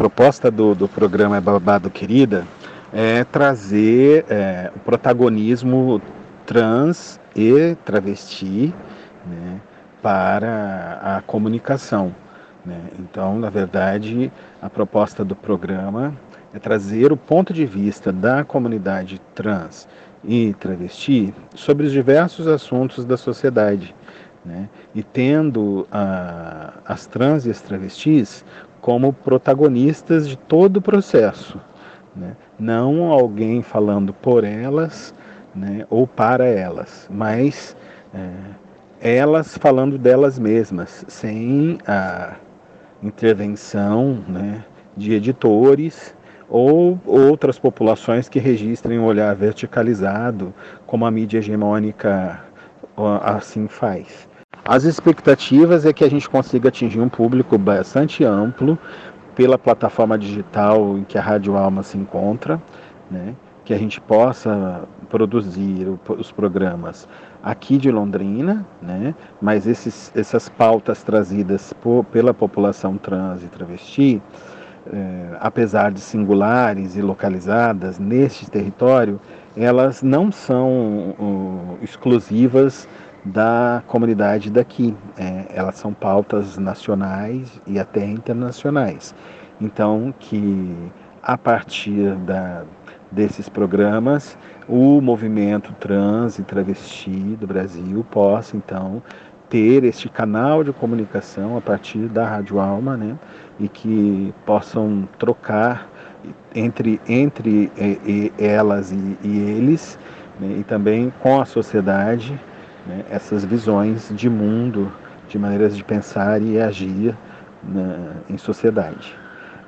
proposta do programa Babado Querida é trazer o protagonismo trans e travesti, né, para a comunicação, né? Então, na verdade, a proposta do programa é trazer o ponto de vista da comunidade trans e travesti sobre os diversos assuntos da sociedade, né? E tendo as trans e as travestis como protagonistas de todo o processo, né? Não alguém falando por elas, né, ou para elas, mas elas falando delas mesmas, sem a intervenção, né, de editores ou outras populações que registrem um olhar verticalizado, como a mídia hegemônica assim faz. As expectativas é que a gente consiga atingir um público bastante amplo pela plataforma digital em que a Rádio Alma se encontra, né? Que a gente possa produzir os programas aqui de Londrina, né? Mas essas pautas trazidas pela população trans e travesti, apesar de singulares e localizadas neste território, elas não são exclusivas da comunidade daqui. Elas são pautas nacionais e até internacionais. Então, que a partir desses programas, o movimento trans e travesti do Brasil possa, então, ter este canal de comunicação a partir da Rádio Alma, né? E que possam trocar entre elas e eles, né? E também com a sociedade, né? Essas visões de mundo, de maneiras de pensar e agir em sociedade.